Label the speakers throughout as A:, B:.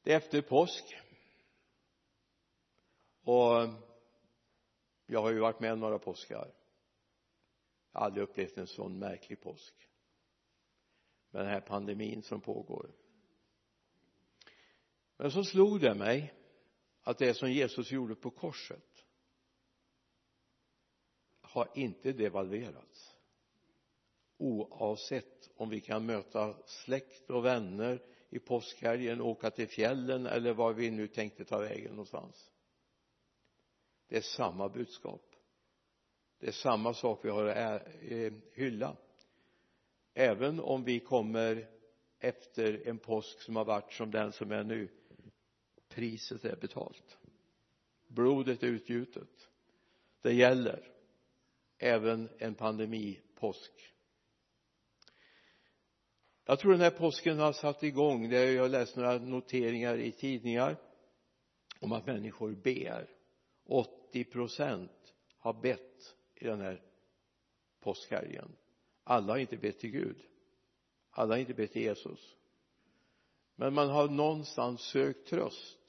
A: Det är efter påsk. Och jag har ju varit med några påskar. Jag har aldrig upplevt en sån märklig påsk. Med den här pandemin som pågår. Men så slog det mig att det som Jesus gjorde på korset har inte devalverats. Oavsett om vi kan möta släkt och vänner i påskhelgen, åka till fjällen eller var vi nu tänkte ta vägen någonstans. Det är samma budskap. Det är samma sak vi har att hylla. Även om vi kommer efter en påsk som har varit som den som är nu. Priset är betalt. Blodet är utgjutet. Det gäller även en pandemipåsk. Jag tror den här påsken har satt igång. Jag har läst några noteringar i tidningar om att människor ber. 80% har bett i den här påskhelgen. Alla har inte bett till Gud. Alla har inte bett till Jesus. Men man har någonstans sökt tröst.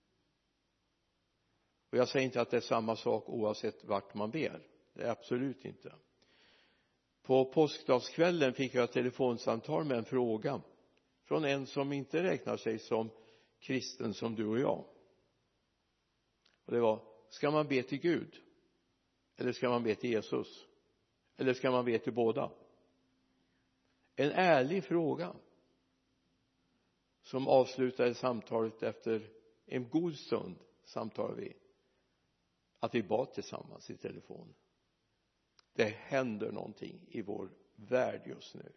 A: Och jag säger inte att det är samma sak oavsett vart man ber. Det är absolut inte. På påskdagskvällen fick jag ett telefonsamtal med en fråga från en som inte räknar sig som kristen som du och jag. Och det var, ska man be till Gud? Eller ska man be till Jesus? Eller ska man be till båda? En ärlig fråga som avslutade samtalet efter en god stund samtalade vi. Att vi bad tillsammans i telefon. Det händer någonting i vår värld just nu.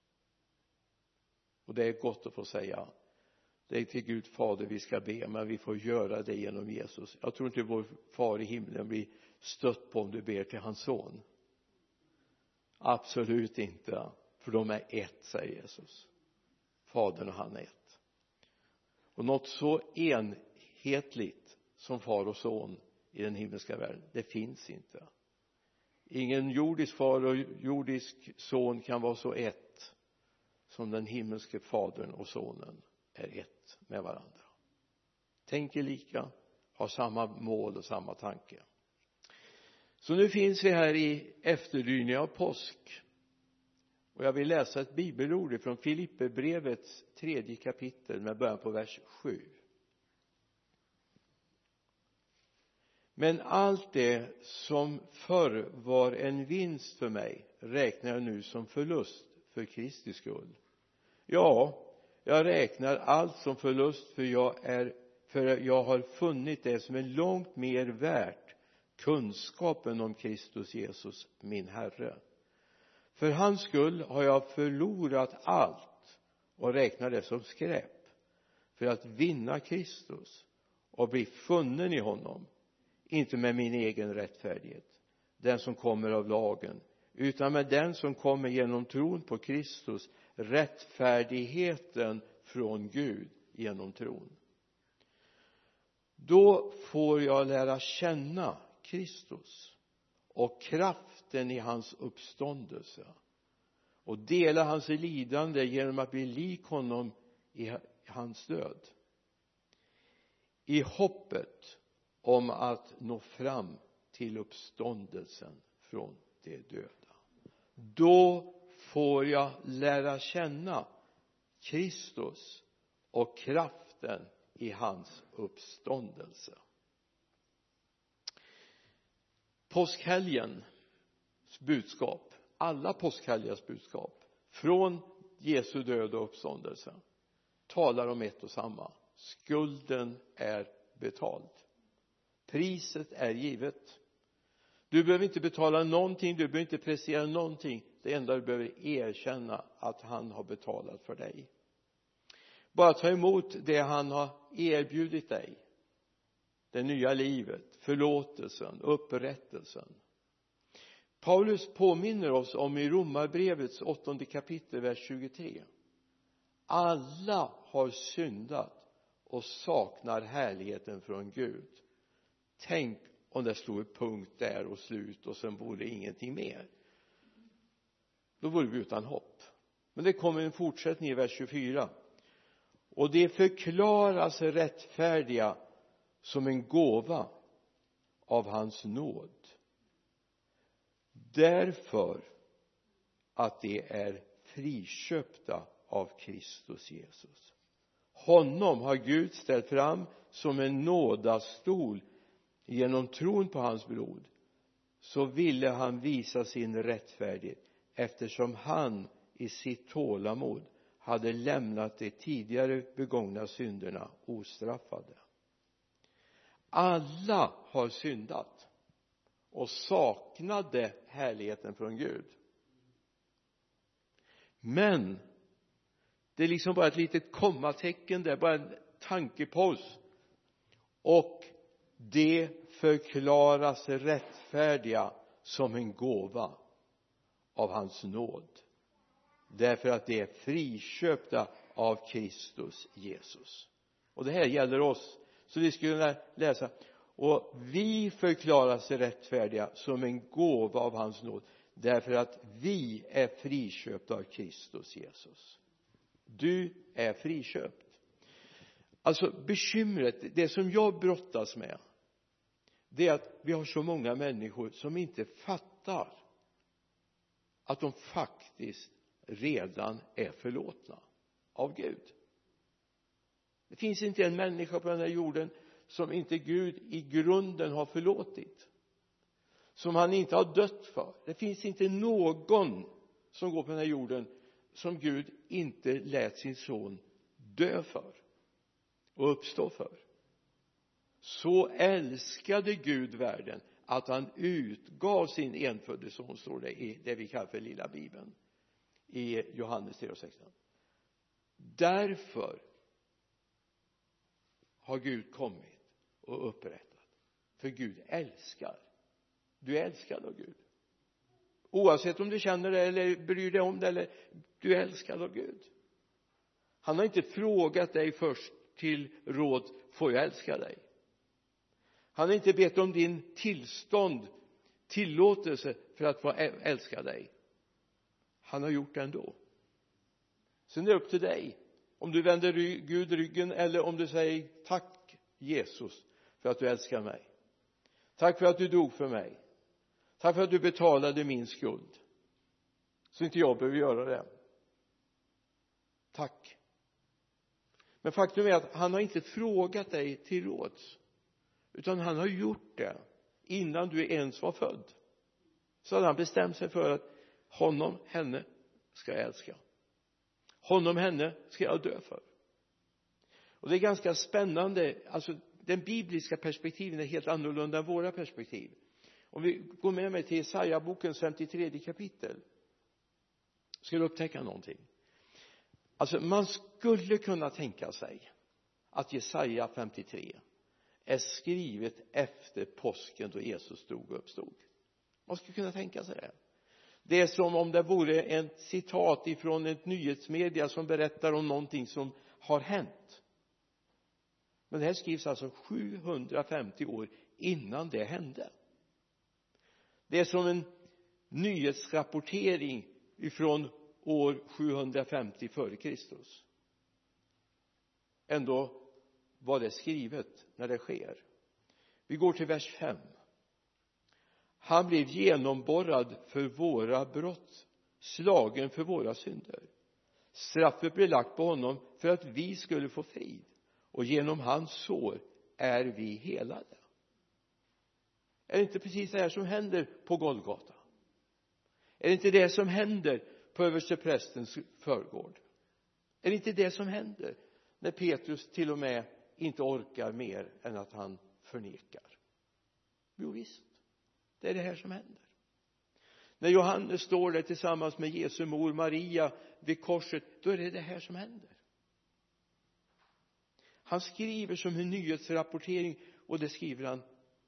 A: Och det är gott att få säga. Det är till Gud fader vi ska be, men vi får göra det genom Jesus. Jag tror inte vår far i himlen blir stött på om du ber till hans son. Absolut inte. För de är ett, säger Jesus. Fadern och han är ett. Och något så enhetligt som far och son i den himmelska världen, det finns inte. Ingen jordisk far och jordisk son kan vara så ett som den himmelske fadern och sonen är ett med varandra. Tänker lika, har samma mål och samma tanke. Så nu finns vi här i efterdyning av påsk. Och jag vill läsa ett bibelord från Filipperbrevets 3:e kapitel med början på vers 7. Men allt det som förr var en vinst för mig räknar jag nu som förlust för Kristi skull. Ja, jag räknar allt som förlust för jag har funnit det som är långt mer värt, kunskapen om Kristus Jesus, min Herre. För hans skull har jag förlorat allt och räknar det som skräp för att vinna Kristus och bli funnen i honom. Inte med min egen rättfärdighet, den som kommer av lagen, utan med den som kommer genom tron på Kristus, rättfärdigheten från Gud genom tron. Då får jag lära känna Kristus och kraften i hans uppståndelse och dela hans lidande genom att bli lik honom i hans död. I hoppet om att nå fram till uppståndelsen från de döda. Då får jag lära känna Kristus och kraften i hans uppståndelse. Påskhelgens budskap, alla påskhelgens budskap från Jesu död och uppståndelse talar om ett och samma. Skulden är betald. Priset är givet. Du behöver inte betala någonting, du behöver inte prestera någonting. Det enda du behöver erkänna att han har betalat för dig. Bara ta emot det han har erbjudit dig. Det nya livet, förlåtelsen, upprättelsen. Paulus påminner oss om i Romarbrevets 8:e kapitel, vers 23. Alla har syndat och saknar härligheten från Gud. Tänk om det stod punkt där och slut och sen vore ingenting mer. Då vore vi utan hopp. Men det kommer en fortsättning i vers 24. och de förklaras rättfärdiga som en gåva av hans nåd, därför att de är friköpta av Kristus Jesus. Honom har Gud ställt fram som en nådastol genom tron på hans blod. Så ville han visa sin rättfärdighet, eftersom han i sitt tålamod hade lämnat de tidigare begångna synderna ostraffade. Alla har syndat och saknade härligheten från Gud. Men det är liksom bara ett litet kommatecken där, bara en tankepaus. Och det förklaras rättfärdiga som en gåva av hans nåd, därför att det är friköpta av Kristus Jesus. Och det här gäller oss, så vi skulle kunna läsa: och vi förklaras rättfärdiga som en gåva av hans nåd, därför att vi är friköpta av Kristus Jesus. Du är friköpt. Alltså bekymret, det som jag brottas med, det är att vi har så många människor som inte fattar att de faktiskt redan är förlåtna av Gud. Det finns inte en människa på den här jorden som inte Gud i grunden har förlåtit, som han inte har dött för. Det finns inte någon som går på den här jorden som Gud inte lät sin son dö för och uppstå för. Så älskade Gud världen att han utgav sin enfödde son, står det i det vi kallar för lilla Bibeln i Johannes 3:16. Därför har Gud kommit och upprättat. För Gud älskar. Du är älskad av Gud. Oavsett om du känner det eller bryr dig om det, eller du är älskad av Gud. Han har inte frågat dig först till råd: får jag älska dig? Han har inte bett om din tillåtelse för att få älska dig. Han har gjort det ändå. Sen är det upp till dig om du vänder Gud ryggen, eller om du säger: tack Jesus för att du älskar mig. Tack för att du dog för mig. Tack för att du betalade min skuld, så inte jag behöver göra det. Tack. Men faktum är att han har inte frågat dig till råds, utan han har gjort det innan du ens var född. Så hade han bestämt sig för att honom, henne ska jag älska. Honom, henne ska jag dö för. Och det är ganska spännande. Alltså den bibliska perspektiven är helt annorlunda än våra perspektiv. Om vi går med mig till Jesaja-bokens 53 kapitel, ska du upptäcka någonting. Alltså man skulle kunna tänka sig att Jesaja 53 är skrivet efter påsken då Jesus dog och uppstod. Man skulle kunna tänka sig det. Det är som om det vore ett citat ifrån ett nyhetsmedia som berättar om någonting som har hänt. Men det här skrivs alltså 750 år innan det hände. Det är som en nyhetsrapportering ifrån år 750 före Kristus. Ändå var det skrivet när det sker. Vi går till vers 5. Han blev genomborrad för våra brott, slagen för våra synder. Straffet blev lagt på honom för att vi skulle få frid, och genom hans sår är vi helade. Är det inte precis det här som händer på Golgata? Är det inte det som händer på översteprästens förgård? Är det inte det som händer när Petrus till och med inte orkar mer än att han förnekar? Jo visst, det är det här som händer. När Johannes står där tillsammans med Jesu mor Maria vid korset, då är det det här som händer. Han skriver som en nyhetsrapportering, och det skriver han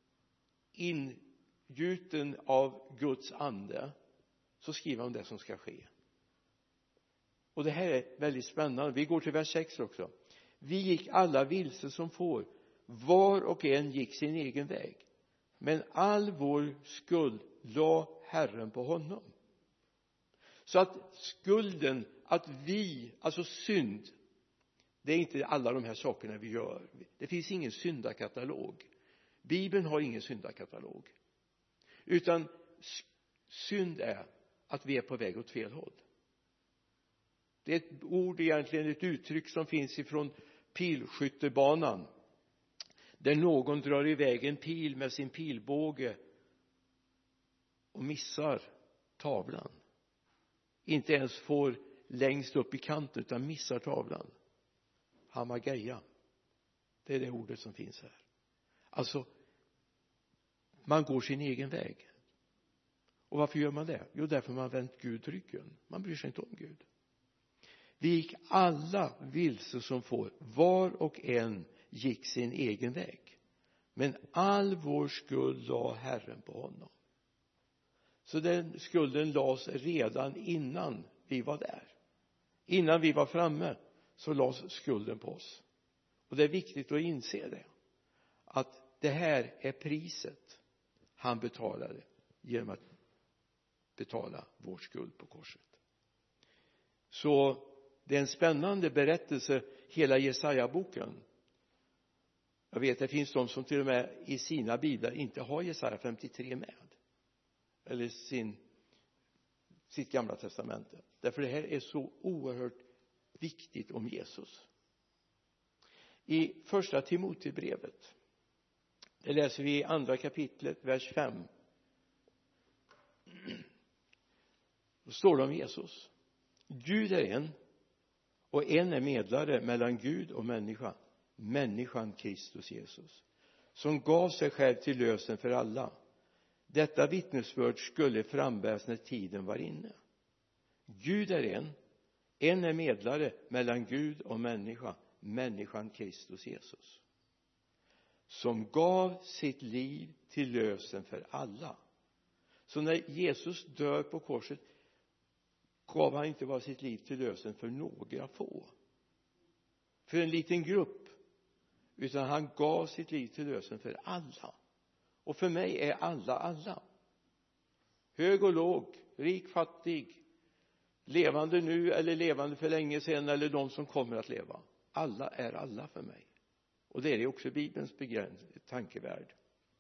A: ingjuten av Guds ande. Så skriver han det som ska ske. Och det här är väldigt spännande. Vi går till vers 6 också. Vi gick alla vilse som får, var och en gick sin egen väg. Men all vår skuld la Herren på honom. Så att skulden, att vi, alltså synd, Det är inte alla de här sakerna vi gör. Det finns ingen syndakatalog. Bibeln har ingen syndakatalog. Utan synd är att vi är på väg åt fel håll. Det är ett ord, egentligen ett uttryck som finns ifrån pilskyttebanan. Där någon drar iväg en pil med sin pilbåge och missar tavlan. Inte ens får längst upp i kanten utan missar tavlan. Hamageia. Det är det ordet som finns här. Alltså, man går sin egen väg. Och varför gör man det? Jo, därför man vänt Gud ryggen. Man bryr sig inte om Gud. Vi gick alla vilse som får. Var och en gick sin egen väg. Men all vår skuld la Herren på honom. Så den skulden lades redan innan vi var där. Innan vi var framme så lades skulden på oss. Och det är viktigt att inse det. Att det här är priset han betalade genom att betala vår skuld på korset. Så det är en spännande berättelse, hela Jesaja-boken. Jag vet, det finns de som till och med i sina biblar inte har Jesaja 53 med. Eller sitt gamla testamente. Därför det här är så oerhört viktigt om Jesus. I första Timoteusbrevet, det läser vi i andra kapitlet, vers 5. Då står det om Jesus. Gud är en, och en är medlare mellan Gud och människa. Människan Kristus Jesus. Som gav sig själv till lösen för alla. Detta vittnesbörd skulle frambäras när tiden var inne. Gud är en är medlare mellan Gud och människa. Människan Kristus Jesus. Som gav sitt liv till lösen för alla. Så när Jesus dör på korset gav han inte bara sitt liv till lösen för några få. För en liten grupp. Utan han gav sitt liv till lösen för alla. Och för mig är alla. Hög och låg, rik, fattig, levande nu eller levande för länge sedan eller de som kommer att leva. Alla är alla för mig. Och det är också Bibelns tankevärld.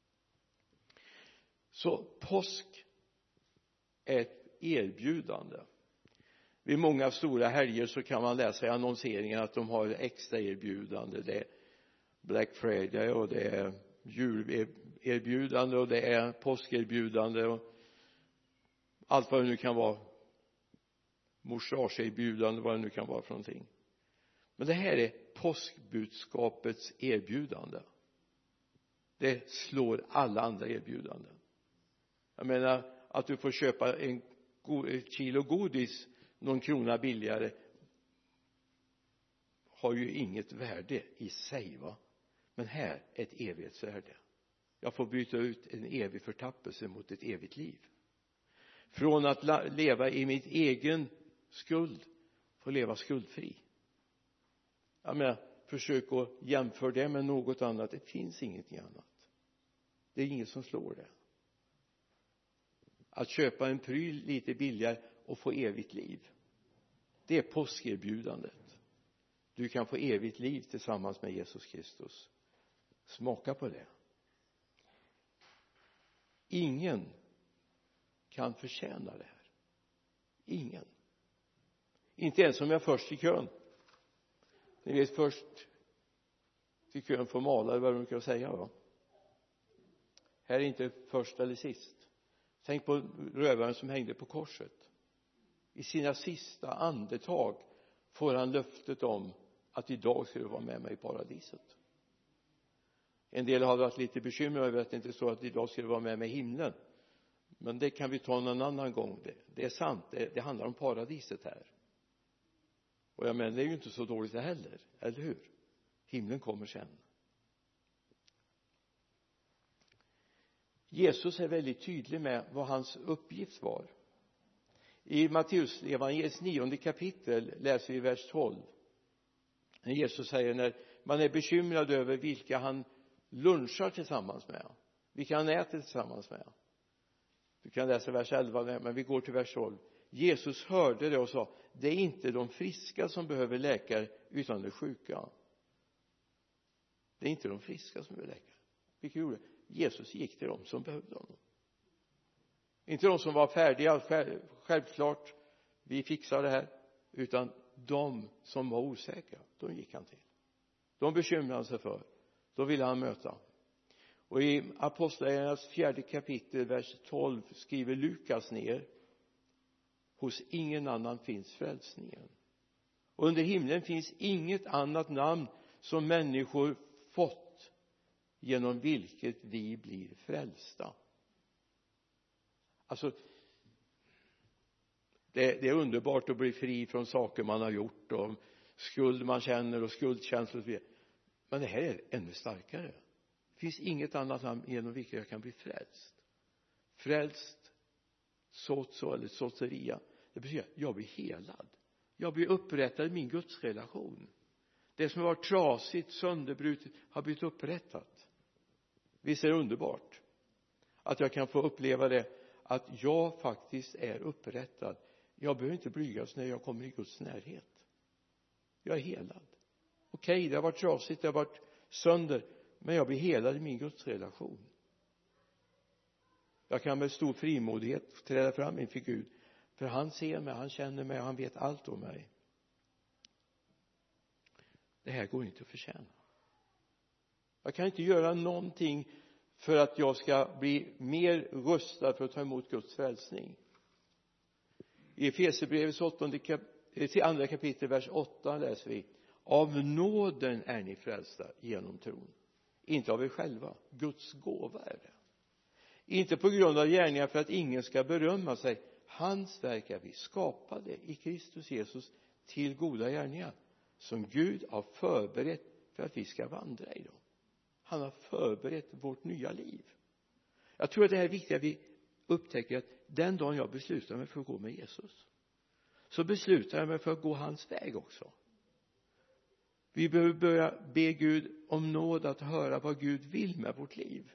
A: Så påsk är ett erbjudande. Vid många stora helger så kan man läsa i annonseringen att de har extra erbjudande. Det är Black Friday och det är julerbjudande och det är påskerbjudande och allt vad det nu kan vara. Morsageerbjudande, vad det nu kan vara för någonting. Men det här är påskbudskapets erbjudande. Det slår alla andra erbjudanden. Jag menar att du får köpa ett kilo godis någon krona billigare har ju inget värde i sig, va? Men här är ett evighetsvärde. Jag får byta ut en evig förtappelse mot ett evigt liv. Från att leva i mitt egen skuld få leva skuldfri. Jag menar, försök att jämföra det med något annat. Det finns ingenting annat. Det är inget som slår det. Att köpa en pryl lite billigare och få evigt liv. Det är påskerbjudandet. Du kan få evigt liv tillsammans med Jesus Kristus. Smaka på det. Ingen kan förtjäna det här. Ingen. Inte ens om jag först i kön. Ni vet, först till kön får mala, vad de kan säga, va? Här är inte först eller sist. Tänk på rövaren som hängde på korset. I sina sista andetag får han löftet om att idag ska du vara med mig i paradiset. En del har varit lite bekymrade över att det inte står att idag ska du vara med mig i himlen. Men det kan vi ta någon annan gång. Det är sant, det handlar om paradiset här. Och jag menar, det är ju inte så dåligt det heller, eller hur? Himlen kommer sen. Jesus är väldigt tydlig med vad hans uppgift var. I Matteus evangeliets 9:e kapitel läser vi vers 12. När Jesus säger, när man är bekymrad över vilka han lunchar tillsammans med, vilka han äter tillsammans med. Du kan läsa vers 11, men vi går till vers 12. Jesus hörde det och sa, det är inte de friska som behöver läkare utan de sjuka. Det är inte de friska som behöver läkare. Vilket gjorde Jesus gick till dem som behövde honom. Inte de som var färdiga, självklart vi fixar det här, utan de som var osäkra, de gick han till. De bekymrade sig för, då ville han möta. Och i Apostlagärningarnas 4:e kapitel, vers 12 skriver Lukas ner: hos ingen annan finns frälsningen. Och under himlen finns inget annat namn som människor fått genom vilket vi blir frälsta. Alltså det är underbart att bli fri från saker man har gjort och skuld man känner och skuldkänslor och så vidare. Men det här är ännu starkare. Det finns inget annat namn genom vilket jag kan bli frälst. Frälst, sozo eller soteria. Det betyder att jag blir helad. Jag blir upprättad i min gudsrelation. Det som var trasigt, sönderbrutet har blivit upprättat. Visst är det underbart att jag kan få uppleva det, att jag faktiskt är upprättad. Jag behöver inte blygas när jag kommer i Guds närhet. Jag är helad. Okej, det har varit trasigt, det har varit sönder, men jag blir helad i min gudsrelation. Jag kan med stor frimodighet träda fram inför Gud, för han ser mig, han känner mig, han vet allt om mig. Det här går inte att förtjäna. Jag kan inte göra någonting för att jag ska bli mer rustad för att ta emot Guds frälsning. I Efesierbrevets 2:a kapitel, vers 8 läser vi: av nåden är ni frälsta genom tron. Inte av er själva. Guds gåva är det. Inte på grund av gärningar för att ingen ska berömma sig. Hans verk är vi skapade i Kristus Jesus till goda gärningar, som Gud har förberett för att vi ska vandra i dem. Han har förberett vårt nya liv. Jag tror att det här är viktigt att vi upptäcker att den dagen jag beslutar mig för att gå med Jesus, så beslutar jag mig för att gå hans väg också. Vi behöver börja be Gud om nåd att höra vad Gud vill med vårt liv.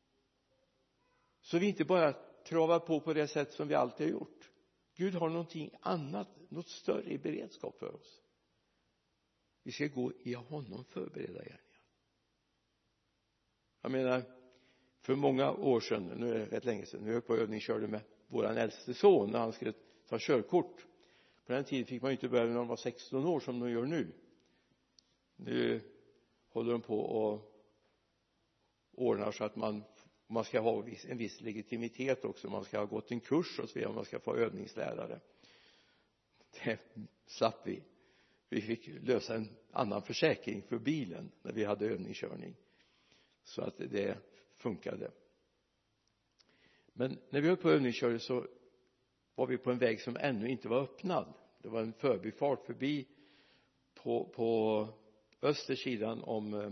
A: Så vi inte bara travar på det sätt som vi alltid har gjort. Gud har någonting annat, något större i beredskap för oss. Vi ska gå i honom förberedda gärningar. Jag menar, för många år sedan, nu är det rätt länge sedan, nu är jag på övningskörde med våran äldste son när han skulle ta körkort. På den tiden fick man ju inte börja när de var 16 år som de gör nu. Nu håller de på och ordnar så att man ska ha en viss legitimitet också. Man ska ha gått en kurs och så vidare, man ska få övningslärare. Det slapp vi. Vi fick lösa en annan försäkring för bilen när vi hade övningskörning. Så att det funkade. Men när vi var på övningskörning så var vi på en väg som ännu inte var öppnad. Det var en förbifart förbi på östersidan om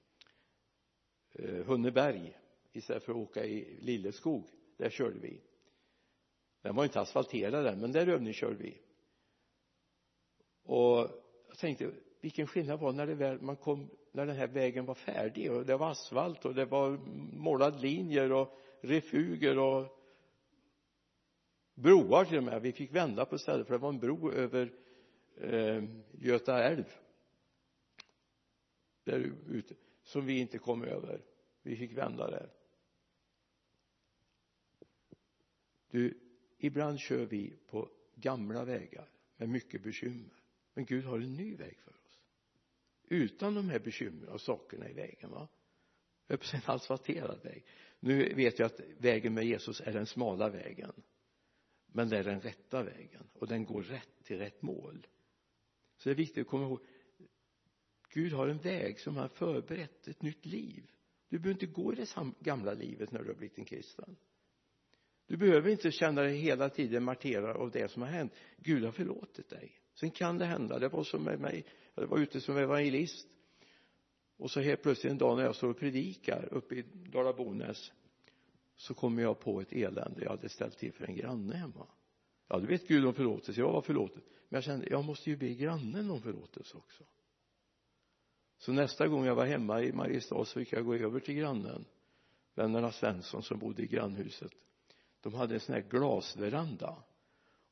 A: Hunneberg, istället för att åka i Lilleskog. Där körde vi. Den var inte asfalterad där, men där övningskörde vi. Och jag tänkte, vilken skillnad var när den här vägen var färdig och det var asfalt och det var målad linjer och refuger och broar till och med. Vi fick vända på stället för det var en bro över Göta älv där ute som vi inte kom över. Vi fick vända där. Ibland kör vi på gamla vägar med mycket bekymmer. Men Gud har en ny väg för oss. Utan de här bekymmer och sakerna i vägen, va? Upp en asfalterad väg. Nu vet jag att vägen med Jesus är den smala vägen. Men det är den rätta vägen. Och den går rätt till rätt mål. Så det är viktigt att komma ihåg. Gud har en väg som har förberett ett nytt liv. Du behöver inte gå i det gamla livet när du har blivit en kristen. Du behöver inte känna dig hela tiden marterad av det som har hänt. Gud har förlåtit dig. Sen kan det hända. Det var som med mig. Jag var ute som evangelist. Och så helt plötsligt en dag när jag står och predikar uppe i Dala-Bonäs, så kommer jag på ett elände jag hade ställt till för en granne hemma. Ja, du vet Gud om förlåtelse. Jag var förlåten. Men jag kände, jag måste ju be grannen om förlåtelse också. Så nästa gång jag var hemma i Mariestad så fick jag gå över till grannen. Vännerna Svensson som bodde i grannhuset. De hade en sån här glasveranda.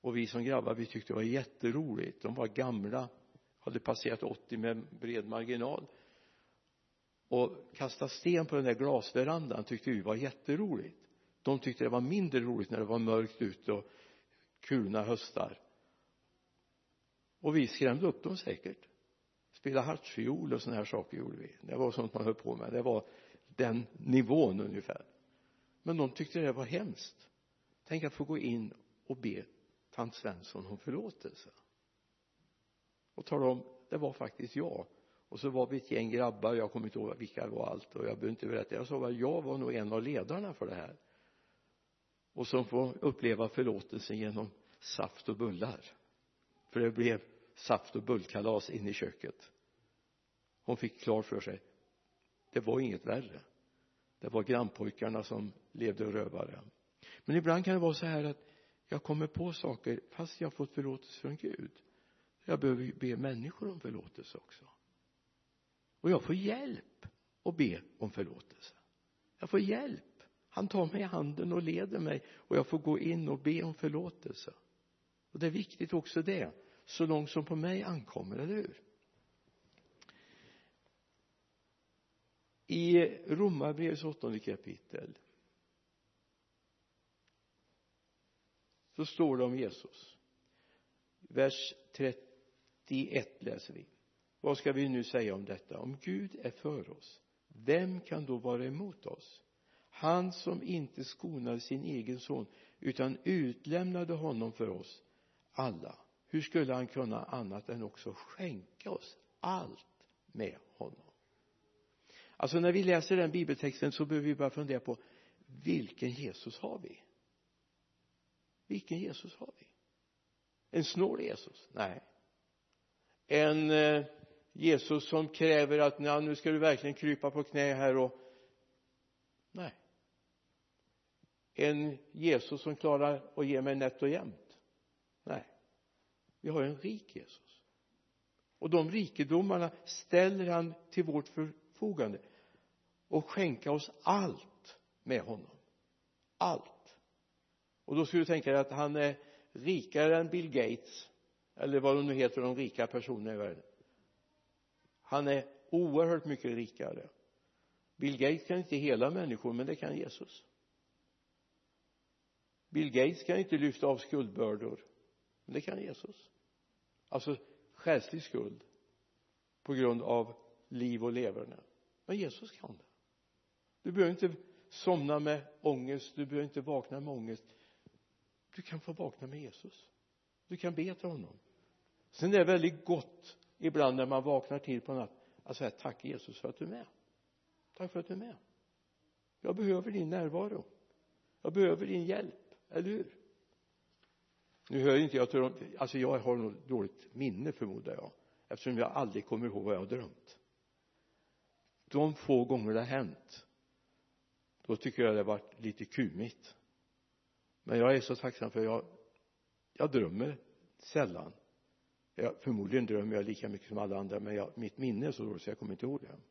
A: Och vi som grabbar, vi tyckte det var jätteroligt. De var gamla, hade passerat 80 med bred marginal. Och kasta sten på den där glasverandan tyckte vi var jätteroligt. De tyckte det var mindre roligt när det var mörkt ute och kulna höstar. Och vi skrämde upp dem säkert. Spela hartsfiol och såna här saker gjorde vi. Det var sånt man höll på med. Det var den nivån ungefär. Men de tyckte det var hemskt. Tänk att få gå in och be tant Svensson om förlåtelse. Och tala om, det var faktiskt jag. Och så var vi ett gäng grabbar, jag kommer inte ihåg vilka det var allt. Och jag behöver inte berätta, jag sa att jag var nog en av ledarna för det här. Och som får uppleva förlåtelsen genom saft och bullar. För det blev saft och bullkalas in i köket. Hon fick klart för sig, det var inget värre. Det var grannpojkarna som levde rövare. Men ibland kan det vara så här att jag kommer på saker fast jag har fått förlåtelse från Gud. Jag behöver be människor om förlåtelse också. Och jag får hjälp att be om förlåtelse. Jag får hjälp. Han tar mig i handen och leder mig. Och jag får gå in och be om förlåtelse. Och det är viktigt också det. Så långt som på mig ankommer, eller hur? I Romarbrevets 8:e kapitel så står det om Jesus. Vers 31 läser vi. Vad ska vi nu säga om detta? Om Gud är för oss, vem kan då vara emot oss? Han som inte skonade sin egen son utan utlämnade honom för oss alla. Hur skulle han kunna annat än också skänka oss allt med honom? Alltså när vi läser den bibeltexten så behöver vi bara fundera på vilken Jesus har vi? Vilken Jesus har vi? En snål Jesus? Nej. En Jesus som kräver att nu ska du verkligen krypa på knä här och nej. En Jesus som klarar att ge mig nätt och jämnt? Nej. Vi har en rik Jesus. Och de rikedomarna ställer han till vårt förfogande och skänka oss allt med honom. Allt. Och då skulle du tänka dig att han är rikare än Bill Gates eller vad de nu heter, de rika personerna i världen. Han är oerhört mycket rikare. Bill Gates kan inte hela människor, men det kan Jesus. Bill Gates kan inte lyfta av skuldbördor, men det kan Jesus. Alltså själslig skuld på grund av liv och leverne. Men Jesus kan det. Du behöver inte somna med ångest, du behöver inte vakna med ångest. Du kan få vakna med Jesus. Du kan be till honom. Sen är det väldigt gott ibland när man vaknar till på natt att säga tack Jesus för att du är med. Tack för att du är med. Jag behöver din närvaro. Jag behöver din hjälp, eller hur? Nu hör inte jag till dem, alltså jag har något dåligt minne förmodar jag. Eftersom jag aldrig kommer ihåg vad jag har drömt. De få gånger det har hänt, då tycker jag det har varit lite kumigt. Men jag är så tacksam för jag drömmer sällan. Förmodligen drömmer jag lika mycket som alla andra, men mitt minne är så dåligt så jag kommer inte ihåg det.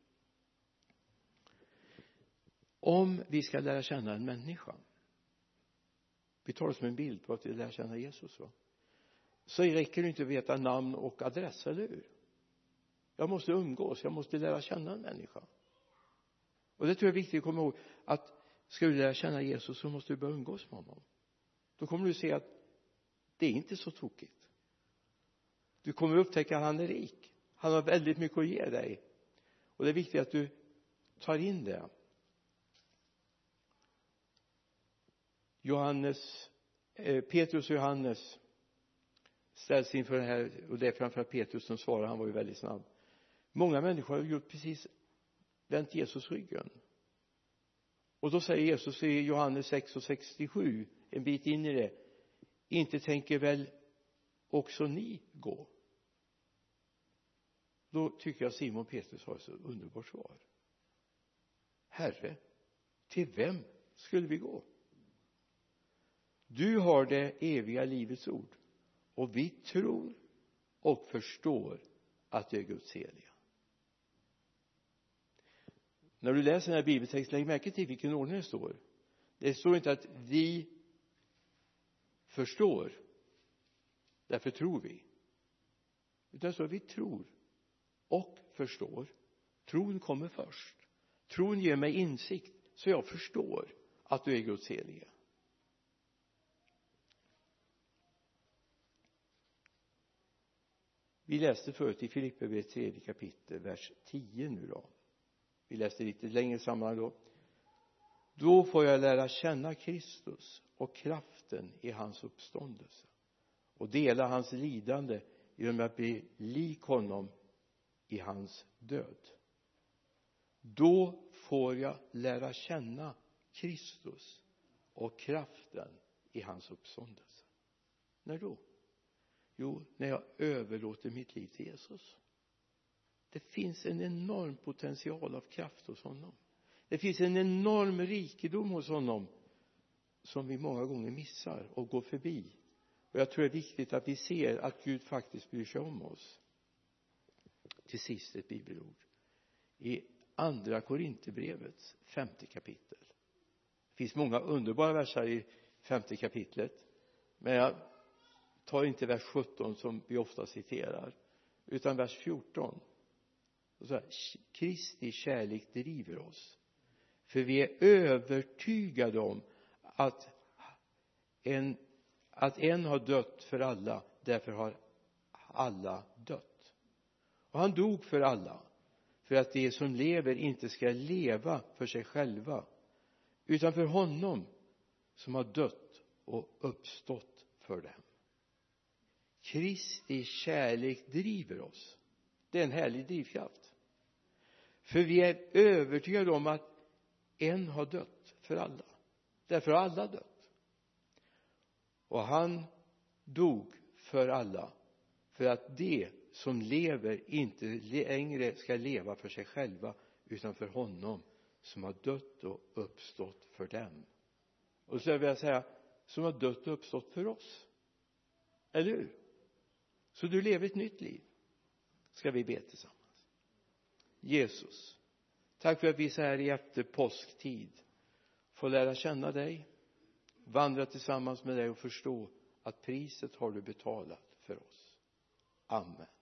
A: Om vi ska lära känna en människa, vi tar det som en bild på att vi lär känna Jesus, så räcker det inte att veta namn och adress, eller hur? Jag måste umgås, jag måste lära känna en människa. Och det tror jag är viktigt att komma ihåg, att ska du lära känna Jesus så måste du börja umgås med honom. Då kommer du se att det är inte så tokigt. Du kommer upptäcka att han är rik. Han har väldigt mycket att ge dig. Och det är viktigt att du tar in det. Petrus och Johannes ställs inför det här, och det är framförallt Petrus som svarar, han var ju väldigt snabb. Många människor har gjort precis vänt Jesus ryggen. Och då säger Jesus i Johannes 6:67, en bit in i det, inte tänker väl också ni gå? Då tycker jag Simon Petrus har ett så underbart svar. Herre, till vem skulle vi gå? Du har det eviga livets ord, och vi tror och förstår att det är Guds heliga. När du läser den här bibeltexten, lägg märke till vilken ordning det står. Det står inte att vi förstår, därför tror vi. Utan så vi tror och förstår. Tron kommer först. Tron ger mig insikt så jag förstår att du är Guds helige. Vi läste förut i Filipperbrevet 3 kapitel, vers 10 nu då. Vi läste lite längre sammanhang då. Då får jag lära känna Kristus och kraften i hans uppståndelse. Och dela hans lidande genom att bli lik honom i hans död. Då får jag lära känna Kristus och kraften i hans uppståndelse. När då? Jo, när jag överlåter mitt liv till Jesus. Det finns en enorm potential av kraft hos honom. Det finns en enorm rikedom hos honom som vi många gånger missar och går förbi. Och jag tror det är viktigt att vi ser att Gud faktiskt bryr sig om oss. Till sist ett bibelord. I andra Korinthierbrevets 5:e kapitel. Det finns många underbara verser i 5:e kapitlet. Men jag tar inte vers 17 som vi ofta citerar. Utan vers 14. Och så här, Kristi kärlek driver oss. För vi är övertygade om att en har dött för alla. Därför har alla dött. Och han dog för alla. För att de som lever inte ska leva för sig själva. Utan för honom som har dött och uppstått för dem. Kristi kärlek driver oss. Det är en härlig drivkraft. För vi är övertygade om att en har dött för alla. Därför har alla dött. Och han dog för alla. För att de som lever inte längre ska leva för sig själva. Utan för honom som har dött och uppstått för dem. Och så vill jag säga, som har dött och uppstått för oss. Eller hur? Så du lever ett nytt liv. Ska vi be tillsammans. Jesus, tack för att vi så här i efter påsktid får lära känna dig, vandra tillsammans med dig och förstå att priset har du betalat för oss. Amen.